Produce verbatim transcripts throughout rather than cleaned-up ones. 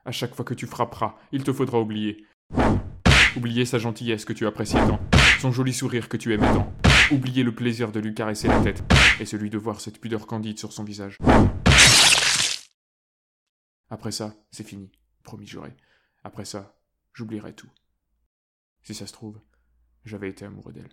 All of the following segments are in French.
À chaque fois que tu frapperas, il te faudra oublier. Oublier sa gentillesse que tu appréciais tant, son joli sourire que tu aimais tant. Oublier le plaisir de lui caresser la tête, et celui de voir cette pudeur candide sur son visage. Après ça, c'est fini, promis juré. Après ça, j'oublierai tout. Si ça se trouve, j'avais été amoureux d'elle.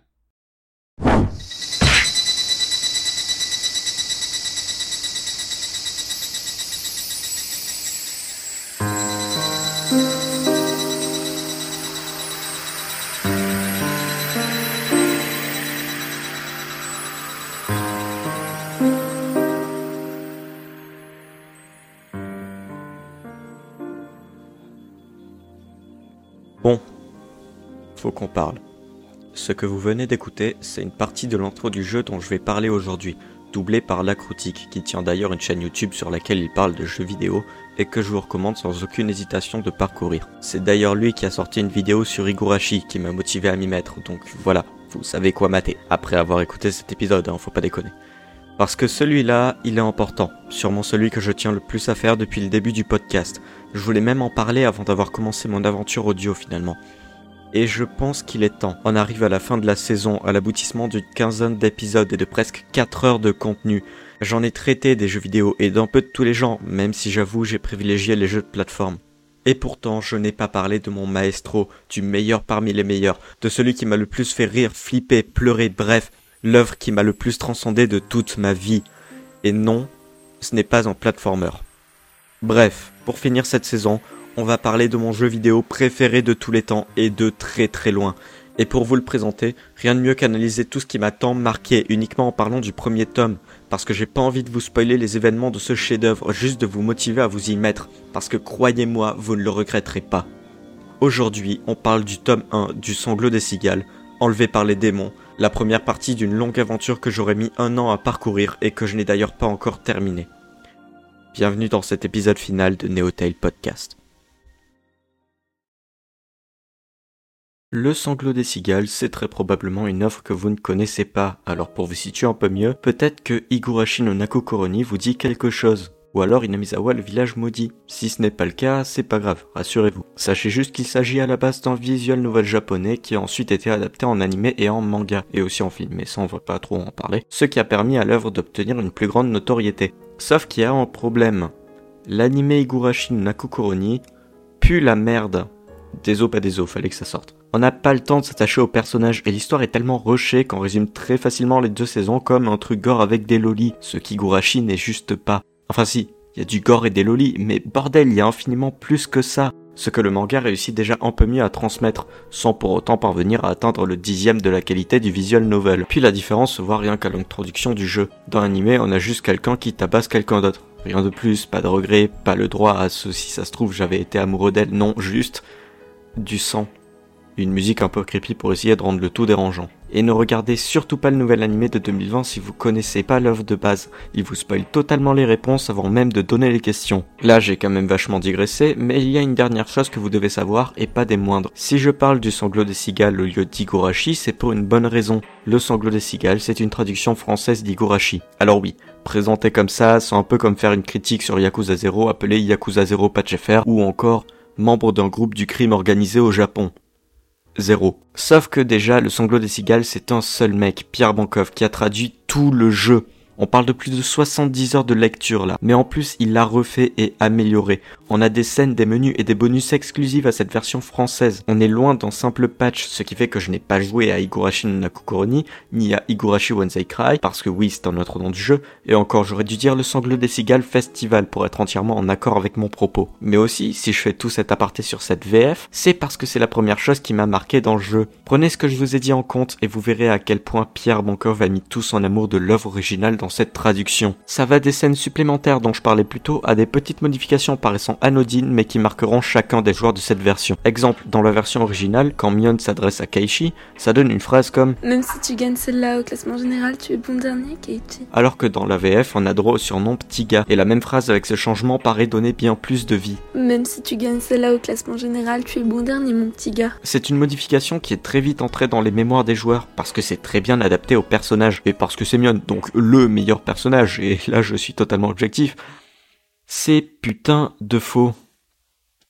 Bon, faut qu'on parle. Ce que vous venez d'écouter, c'est une partie de l'intro du jeu dont je vais parler aujourd'hui, doublé par Lacroutique, qui tient d'ailleurs une chaîne YouTube sur laquelle il parle de jeux vidéo et que je vous recommande sans aucune hésitation de parcourir. C'est d'ailleurs lui qui a sorti une vidéo sur Higurashi qui m'a motivé à m'y mettre, donc voilà, vous savez quoi mater, après avoir écouté cet épisode, hein, faut pas déconner. Parce que celui-là, il est important, sûrement celui que je tiens le plus à faire depuis le début du podcast. Je voulais même en parler avant d'avoir commencé mon aventure audio finalement. Et je pense qu'il est temps. On arrive à la fin de la saison, à l'aboutissement d'une quinzaine d'épisodes et de presque quatre heures de contenu. J'en ai traité des jeux vidéo et d'un peu de tous les genres, même si j'avoue j'ai privilégié les jeux de plateforme. Et pourtant, je n'ai pas parlé de mon maestro, du meilleur parmi les meilleurs, de celui qui m'a le plus fait rire, flipper, pleurer, bref, l'œuvre qui m'a le plus transcendé de toute ma vie. Et non, ce n'est pas un platformer. Bref, pour finir cette saison, on va parler de mon jeu vidéo préféré de tous les temps et de très très loin. Et pour vous le présenter, rien de mieux qu'analyser tout ce qui m'a tant marqué uniquement en parlant du premier tome, parce que j'ai pas envie de vous spoiler les événements de ce chef-d'œuvre, juste de vous motiver à vous y mettre, parce que croyez-moi, vous ne le regretterez pas. Aujourd'hui, on parle du tome un du Sanglot des Cigales, enlevé par les démons, la première partie d'une longue aventure que j'aurais mis un an à parcourir et que je n'ai d'ailleurs pas encore terminée. Bienvenue dans cet épisode final de Neotail Podcast. Le Sanglot des Cigales, c'est très probablement une œuvre que vous ne connaissez pas, alors pour vous situer un peu mieux, peut-être que Higurashi no Nakokoroni vous dit quelque chose, ou alors Inamizawa le village maudit. Si ce n'est pas le cas, c'est pas grave, rassurez-vous. Sachez juste qu'il s'agit à la base d'un visual novel japonais qui a ensuite été adapté en animé et en manga, et aussi en film, mais ça on va pas trop en parler, ce qui a permis à l'œuvre d'obtenir une plus grande notoriété. Sauf qu'il y a un problème. L'anime Higurashi no Nakokoroni pue la merde. Des os pas des os, fallait que ça sorte. On n'a pas le temps de s'attacher au personnage et l'histoire est tellement rushée qu'on résume très facilement les deux saisons comme un truc gore avec des lolis, ce qu'Higurashi n'est juste pas. Enfin si, il y a du gore et des lolis, mais bordel, il y a infiniment plus que ça. Ce que le manga réussit déjà un peu mieux à transmettre, sans pour autant parvenir à atteindre le dixième de la qualité du visual novel. Puis la différence se voit rien qu'à l'introduction du jeu. Dans l'anime, on a juste quelqu'un qui tabasse quelqu'un d'autre. Rien de plus, pas de regret, pas le droit à ce si ça se trouve j'avais été amoureux d'elle, non, juste du sang. Une musique un peu creepy pour essayer de rendre le tout dérangeant. Et ne regardez surtout pas le nouvel animé de deux mille vingt si vous connaissez pas l'œuvre de base. Il vous spoil totalement les réponses avant même de donner les questions. Là j'ai quand même vachement digressé, mais il y a une dernière chose que vous devez savoir et pas des moindres. Si je parle du Sanglot des Cigales au lieu d'Higurashi, c'est pour une bonne raison. Le Sanglot des Cigales, c'est une traduction française d'Higurashi. Alors oui, présenté comme ça, c'est un peu comme faire une critique sur Yakuza zéro appelée Yakuza zéro Patch F R ou encore membre d'un groupe du crime organisé au Japon. Zéro. Sauf que déjà, le Sanglot des Cigales, c'est un seul mec, Pierre Bankov, qui a traduit tout le jeu. On parle de plus de soixante-dix heures de lecture là, mais en plus il l'a refait et amélioré. On a des scènes, des menus et des bonus exclusifs à cette version française. On est loin d'un simple patch, ce qui fait que je n'ai pas joué à Higurashi no Nakokoroni, ni à Higurashi Wenzai Cry, parce que oui c'est un autre nom du jeu, et encore j'aurais dû dire le Sanglot des Cigales Festival pour être entièrement en accord avec mon propos. Mais aussi, si je fais tout cet aparté sur cette V F, c'est parce que c'est la première chose qui m'a marqué dans le jeu. Prenez ce que je vous ai dit en compte et vous verrez à quel point Pierre Bankov a mis tout son amour de l'œuvre originale dans cette traduction. Ça va des scènes supplémentaires dont je parlais plus tôt à des petites modifications paraissant anodines mais qui marqueront chacun des joueurs de cette version. Exemple, dans la version originale, quand Mion s'adresse à Keiichi, ça donne une phrase comme « Même si tu gagnes celle-là au classement général, tu es bon dernier, Keiichi ». Alors que dans la V F, on a droit au surnom Petit Gars, et la même phrase avec ce changement paraît donner bien plus de vie. Même si tu gagnes celle-là au classement général, tu es bon dernier, mon petit gars. C'est une modification qui est très vite entrée dans les mémoires des joueurs, parce que c'est très bien adapté au personnage, et parce que c'est Mion, donc le meilleur personnage, et là je suis totalement objectif. C'est putain de faux.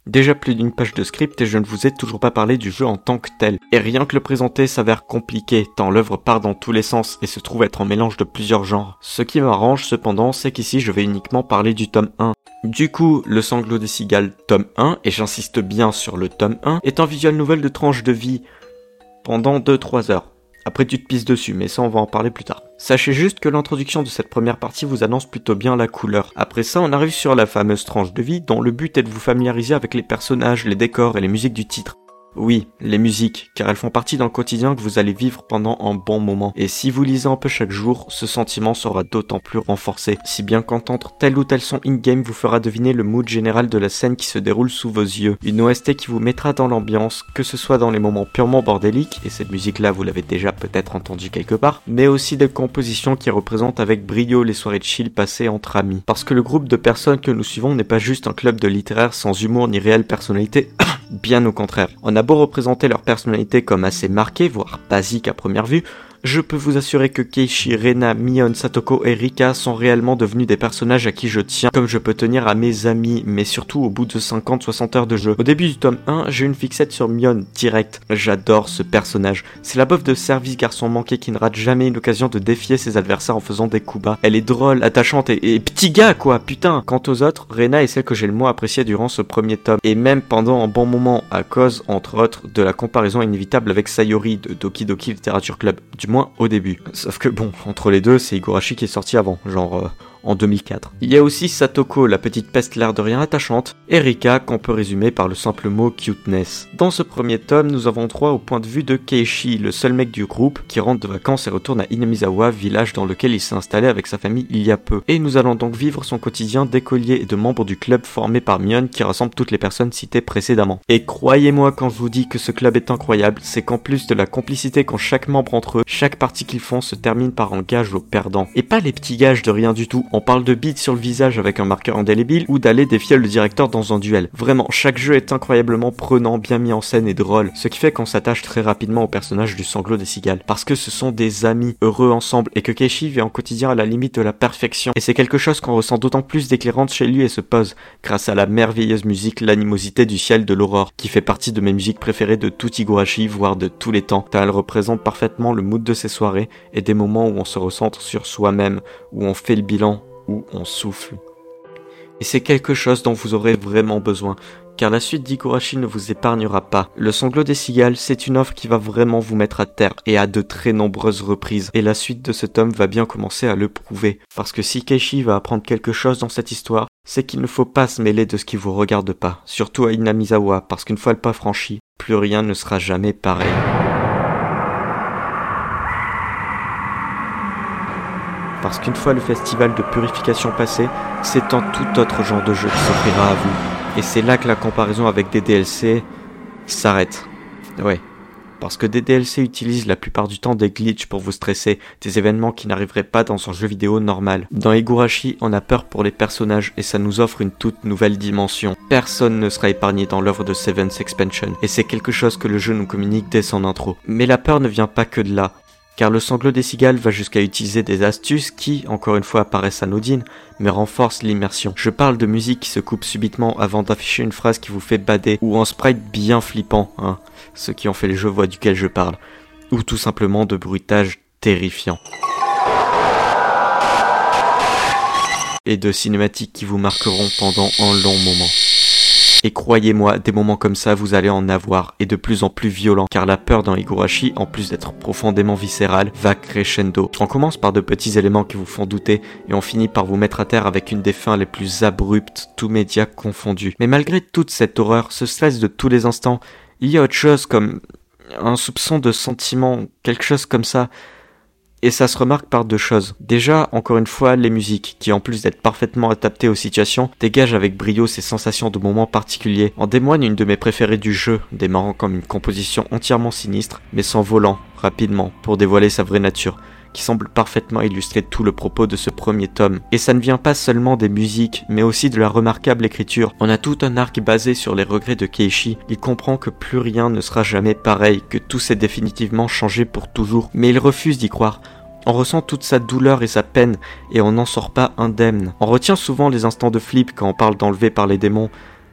Déjà plus d'une page de script et je ne vous ai toujours pas parlé du jeu en tant que tel. Et rien que le présenter s'avère compliqué, tant l'œuvre part dans tous les sens et se trouve être un mélange de plusieurs genres. Ce qui m'arrange cependant, c'est qu'ici je vais uniquement parler du tome un. Du coup, Le Sanglot des Cigales tome un, et j'insiste bien sur le tome un, est un visual novel de tranche de vie pendant deux à trois heures. Après tu te pisses dessus, mais ça on va en parler plus tard. Sachez juste que l'introduction de cette première partie vous annonce plutôt bien la couleur. Après ça, on arrive sur la fameuse tranche de vie, dont le but est de vous familiariser avec les personnages, les décors et les musiques du titre. Oui, les musiques, car elles font partie d'un quotidien que vous allez vivre pendant un bon moment. Et si vous lisez un peu chaque jour, ce sentiment sera d'autant plus renforcé, si bien qu'entendre tel ou tel son in-game vous fera deviner le mood général de la scène qui se déroule sous vos yeux. Une O S T qui vous mettra dans l'ambiance, que ce soit dans les moments purement bordéliques, et cette musique-là vous l'avez déjà peut-être entendue quelque part, mais aussi des compositions qui représentent avec brio les soirées de chill passées entre amis. Parce que le groupe de personnes que nous suivons n'est pas juste un club de littéraires sans humour ni réelle personnalité, bien au contraire. On a beau représenter leur personnalité comme assez marquée, voire basique à première vue, je peux vous assurer que Keiichi, Rena, Mion, Satoko et Rika sont réellement devenus des personnages à qui je tiens, comme je peux tenir à mes amis, mais surtout au bout de cinquante à soixante heures de jeu. Au début du tome un, j'ai une fixette sur Mion, direct. J'adore ce personnage. C'est la bof de service garçon manqué qui ne rate jamais une occasion de défier ses adversaires en faisant des coups bas. Elle est drôle, attachante et, et petit gars quoi, putain. Quant aux autres, Rena est celle que j'ai le moins appréciée durant ce premier tome, et même pendant un bon moment, à cause, entre autres, de la comparaison inévitable avec Sayori de Doki Doki Literature Club. Du moins au début. Sauf que bon, entre les deux, c'est Higurashi qui est sorti avant, genre euh, en deux mille quatre. Il y a aussi Satoko, la petite peste l'air de rien attachante, et Rika, qu'on peut résumer par le simple mot cuteness. Dans ce premier tome, nous avons droit au point de vue de Keiichi, le seul mec du groupe, qui rentre de vacances et retourne à Inamizawa, village dans lequel il s'est installé avec sa famille il y a peu. Et nous allons donc vivre son quotidien d'écolier et de membre du club formé par Mion, qui rassemble toutes les personnes citées précédemment. Et croyez-moi quand je vous dis que ce club est incroyable, c'est qu'en plus de la complicité qu'ont chaque membre entre eux, chaque partie qu'ils font se termine par un gage au perdant. Et pas les petits gages de rien du tout. On parle de beats sur le visage avec un marqueur indélébile ou d'aller défier le directeur dans un duel. Vraiment, chaque jeu est incroyablement prenant, bien mis en scène et drôle, ce qui fait qu'on s'attache très rapidement au personnage du Sanglot des Cigales, parce que ce sont des amis heureux ensemble et que Keiichi vit en quotidien à la limite de la perfection. Et c'est quelque chose qu'on ressent d'autant plus d'éclairante chez lui et se pose, grâce à la merveilleuse musique L'animosité du ciel de l'aurore, qui fait partie de mes musiques préférées de tout Higurashi, voire de tous les temps, car elle représente parfaitement le mood de ses soirées et des moments où on se recentre sur soi-même, où on fait le bilan, où on souffle. Et c'est quelque chose dont vous aurez vraiment besoin, car la suite d'Higurashi ne vous épargnera pas. Le Sanglot des Cigales, c'est une offre qui va vraiment vous mettre à terre, et à de très nombreuses reprises. Et la suite de ce tome va bien commencer à le prouver, parce que si Keiichi va apprendre quelque chose dans cette histoire, c'est qu'il ne faut pas se mêler de ce qui vous regarde pas, surtout à Inamizawa, parce qu'une fois le pas franchi, plus rien ne sera jamais pareil. Parce qu'une fois le festival de purification passé, c'est un tout autre genre de jeu qui s'offrira à vous. Et c'est là que la comparaison avec des D L C s'arrête. Ouais, parce que des D L C utilisent la plupart du temps des glitches pour vous stresser, des événements qui n'arriveraient pas dans un jeu vidéo normal. Dans Higurashi, on a peur pour les personnages et ça nous offre une toute nouvelle dimension. Personne ne sera épargné dans l'œuvre de Seventh Expansion, et c'est quelque chose que le jeu nous communique dès son intro. Mais la peur ne vient pas que de là. Car le Sanglot des Cigales va jusqu'à utiliser des astuces qui, encore une fois, paraissent anodines, mais renforcent l'immersion. Je parle de musique qui se coupe subitement avant d'afficher une phrase qui vous fait bader, ou un sprite bien flippant, hein, ceux qui ont fait le jeu voient duquel je parle, ou tout simplement de bruitages terrifiants. Et de cinématiques qui vous marqueront pendant un long moment. Et croyez-moi, des moments comme ça, vous allez en avoir, et de plus en plus violents, car la peur dans Higurashi, en plus d'être profondément viscérale, va crescendo. On commence par de petits éléments qui vous font douter, et on finit par vous mettre à terre avec une des fins les plus abruptes, tous médias confondus. Mais malgré toute cette horreur, ce stress de tous les instants, il y a autre chose comme un soupçon de sentiment, quelque chose comme ça. Et ça se remarque par deux choses. Déjà, encore une fois, les musiques, qui en plus d'être parfaitement adaptées aux situations, dégagent avec brio ces sensations de moments particuliers. En témoigne une de mes préférées du jeu, démarrant comme une composition entièrement sinistre, mais s'envolant, rapidement, pour dévoiler sa vraie nature, qui semble parfaitement illustrer tout le propos de ce premier tome. Et ça ne vient pas seulement des musiques, mais aussi de la remarquable écriture. On a tout un arc basé sur les regrets de Keiichi. Il comprend que plus rien ne sera jamais pareil, que tout s'est définitivement changé pour toujours, mais il refuse d'y croire. On ressent toute sa douleur et sa peine, et on n'en sort pas indemne. On retient souvent les instants de flip quand on parle d'enlever par les démons,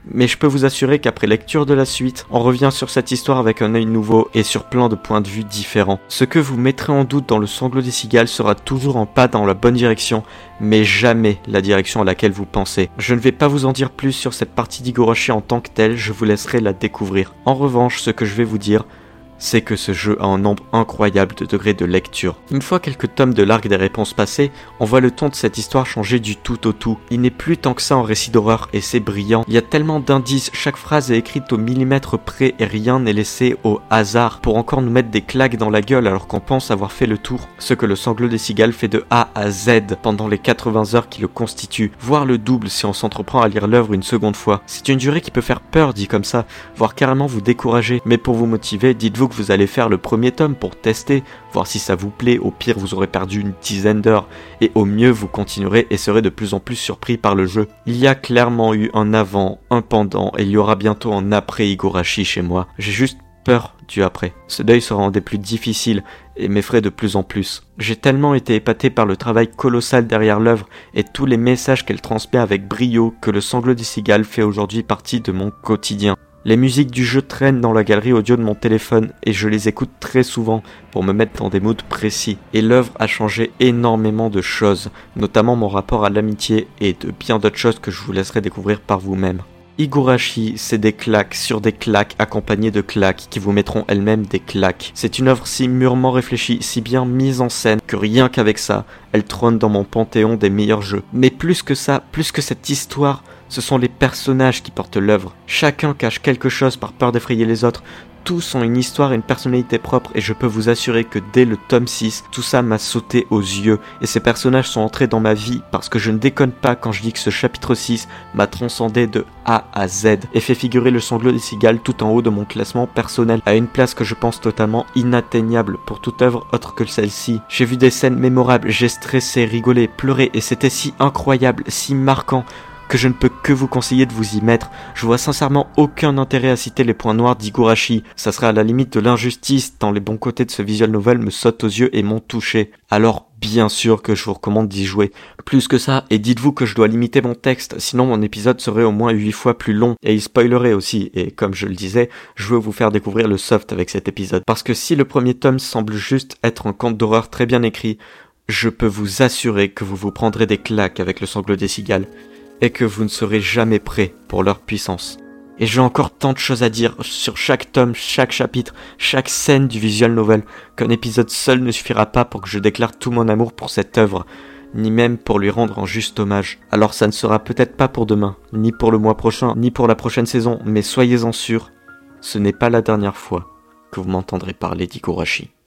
Mais je peux vous assurer qu'après lecture de la suite, on revient sur cette histoire avec un œil nouveau et sur plein de points de vue différents. Ce que vous mettrez en doute dans Le Sanglot des Cigales sera toujours un pas dans la bonne direction, mais jamais la direction à laquelle vous pensez. Je ne vais pas vous en dire plus sur cette partie d'Higurashi en tant que telle, je vous laisserai la découvrir. En revanche, ce que je vais vous dire, c'est que ce jeu a un nombre incroyable de degrés de lecture. Une fois quelques tomes de l'arc des réponses passés, on voit le ton de cette histoire changer du tout au tout. Il n'est plus tant que ça un récit d'horreur et c'est brillant. Il y a tellement d'indices, chaque phrase est écrite au millimètre près et rien n'est laissé au hasard pour encore nous mettre des claques dans la gueule alors qu'on pense avoir fait le tour. Ce que Le Sanglot des Cigales fait de A à Z pendant les quatre-vingts heures qui le constituent, voire le double si on s'entreprend à lire l'œuvre une seconde fois. C'est une durée qui peut faire peur dit comme ça, voire carrément vous décourager, mais pour vous motiver, dites-vous que vous allez faire le premier tome pour tester, voir si ça vous plaît, au pire vous aurez perdu une dizaine d'heures, et au mieux vous continuerez et serez de plus en plus surpris par le jeu. Il y a clairement eu un avant, un pendant, et il y aura bientôt un après Higurashi chez moi. J'ai juste peur du après. Ce deuil se rendait plus difficile et m'effraie de plus en plus. J'ai tellement été épaté par le travail colossal derrière l'œuvre et tous les messages qu'elle transmet avec brio que Le Sanglot des Cigales fait aujourd'hui partie de mon quotidien. Les musiques du jeu traînent dans la galerie audio de mon téléphone et je les écoute très souvent pour me mettre dans des moods précis. Et l'œuvre a changé énormément de choses, notamment mon rapport à l'amitié et de bien d'autres choses que je vous laisserai découvrir par vous-même. Higurashi, c'est des claques sur des claques accompagnées de claques qui vous mettront elles-mêmes des claques. C'est une œuvre si mûrement réfléchie, si bien mise en scène que rien qu'avec ça, elle trône dans mon panthéon des meilleurs jeux. Mais plus que ça, plus que cette histoire, ce sont les personnages qui portent l'œuvre. Chacun cache quelque chose par peur d'effrayer les autres. Tous ont une histoire et une personnalité propre et je peux vous assurer que dès le tome six, tout ça m'a sauté aux yeux et ces personnages sont entrés dans ma vie parce que je ne déconne pas quand je dis que ce chapitre six m'a transcendé de A à Z et fait figurer Le Sanglot des Cigales tout en haut de mon classement personnel à une place que je pense totalement inatteignable pour toute œuvre autre que celle-ci. J'ai vu des scènes mémorables, j'ai stressé, rigolé, pleuré et c'était si incroyable, si marquant que je ne peux que vous conseiller de vous y mettre. Je vois sincèrement aucun intérêt à citer les points noirs d'Higurashi. Ça serait à la limite de l'injustice tant les bons côtés de ce visual novel me sautent aux yeux et m'ont touché. Alors bien sûr que je vous recommande d'y jouer. Plus que ça, et dites-vous que je dois limiter mon texte, sinon mon épisode serait au moins huit fois plus long et il spoilerait aussi. Et comme je le disais, je veux vous faire découvrir le soft avec cet épisode. Parce que si le premier tome semble juste être un conte d'horreur très bien écrit, je peux vous assurer que vous vous prendrez des claques avec Le Sanglot des Cigales. Et que vous ne serez jamais prêt pour leur puissance. Et j'ai encore tant de choses à dire sur chaque tome, chaque chapitre, chaque scène du visual novel, qu'un épisode seul ne suffira pas pour que je déclare tout mon amour pour cette œuvre, ni même pour lui rendre un juste hommage. Alors ça ne sera peut-être pas pour demain, ni pour le mois prochain, ni pour la prochaine saison, mais soyez-en sûrs, ce n'est pas la dernière fois que vous m'entendrez parler d'Higurashi.